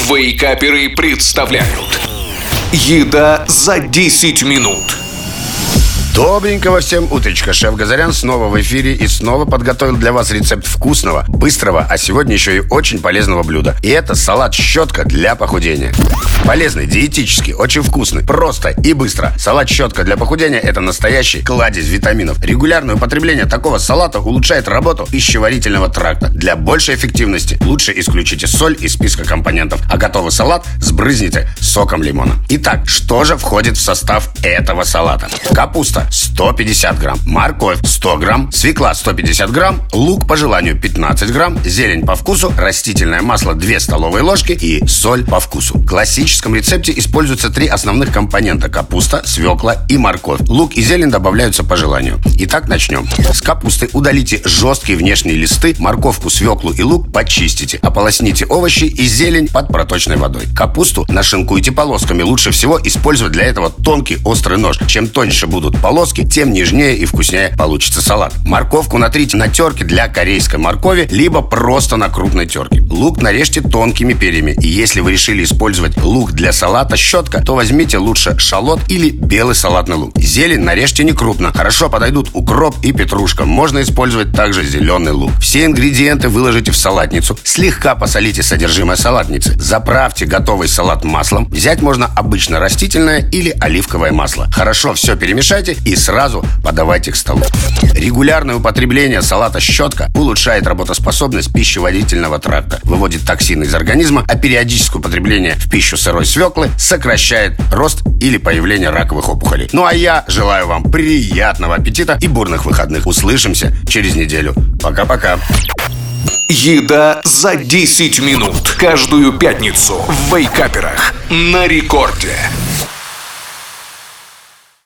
Вейкаперы представляют «Еда за 10 минут». Добренького всем утречка. Шеф Газарян снова в эфире и снова подготовил для вас рецепт вкусного, быстрого, а сегодня еще и очень полезного блюда. И это салат-щетка для похудения. Полезный, диетический, очень вкусный, просто и быстро. Салат-щетка для похудения – это настоящий кладезь витаминов. Регулярное употребление такого салата улучшает работу пищеварительного тракта. Для большей эффективности лучше исключите соль из списка компонентов, а готовый салат сбрызните соком лимона. Итак, что же входит в состав этого салата? Капуста 150 грамм, морковь 100 грамм, свекла 150 грамм, лук по желанию 15 грамм, зелень по вкусу, растительное масло 2 столовые ложки и соль по вкусу. В классическом рецепте используются 3 основных компонента: капуста, свекла и морковь. Лук и зелень добавляются по желанию. Итак, начнем. С капусты удалите жесткие внешние листы, морковку, свеклу и лук почистите. Ополосните овощи и зелень под проточной водой. Капусту нашинкуйте полосками. Лучше всего использовать для этого тонкий острый нож. Чем тоньше будут полоски, тем нежнее и вкуснее получится салат. Морковку натрите на терке для корейской моркови, либо просто на крупной терке. Лук нарежьте тонкими перьями. И если вы решили использовать лук для салата щетка, то возьмите лучше шалот или белый салатный лук. Зелень нарежьте не крупно. Хорошо подойдут укроп и петрушка. Можно использовать также зеленый лук. Все ингредиенты выложите в салатницу. Слегка посолите содержимое салатницы. Заправьте готовый салат маслом. Взять можно обычно растительное или оливковое масло. Хорошо все перемешайте и сразу подавайте к столу. Регулярное употребление салата щетка улучшает работоспособность пищеварительного тракта, выводит токсины из организма, а периодическое употребление в пищу сырой свеклы сокращает рост или появление раковых опухолей. Ну а я желаю вам приятного аппетита и бурных выходных. Услышимся через неделю. Пока-пока. «Еда за 10 минут» каждую пятницу в Вейкаперах на рекорде.